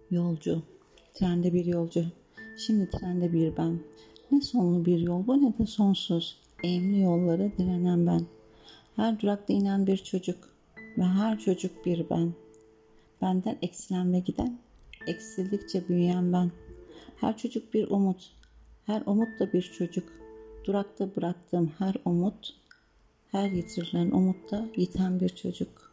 Yolcu, trende bir yolcu. Şimdi trende bir ben. Ne sonlu bir yol bu ne de sonsuz. Eğimli yollara direnen ben. Her durakta inen bir çocuk ve her çocuk bir ben. Benden eksilen ve giden, eksildikçe büyüyen ben. Her çocuk bir umut, her umut da bir çocuk. Durakta bıraktığım her umut, her yitirilen umutta yiten bir çocuk.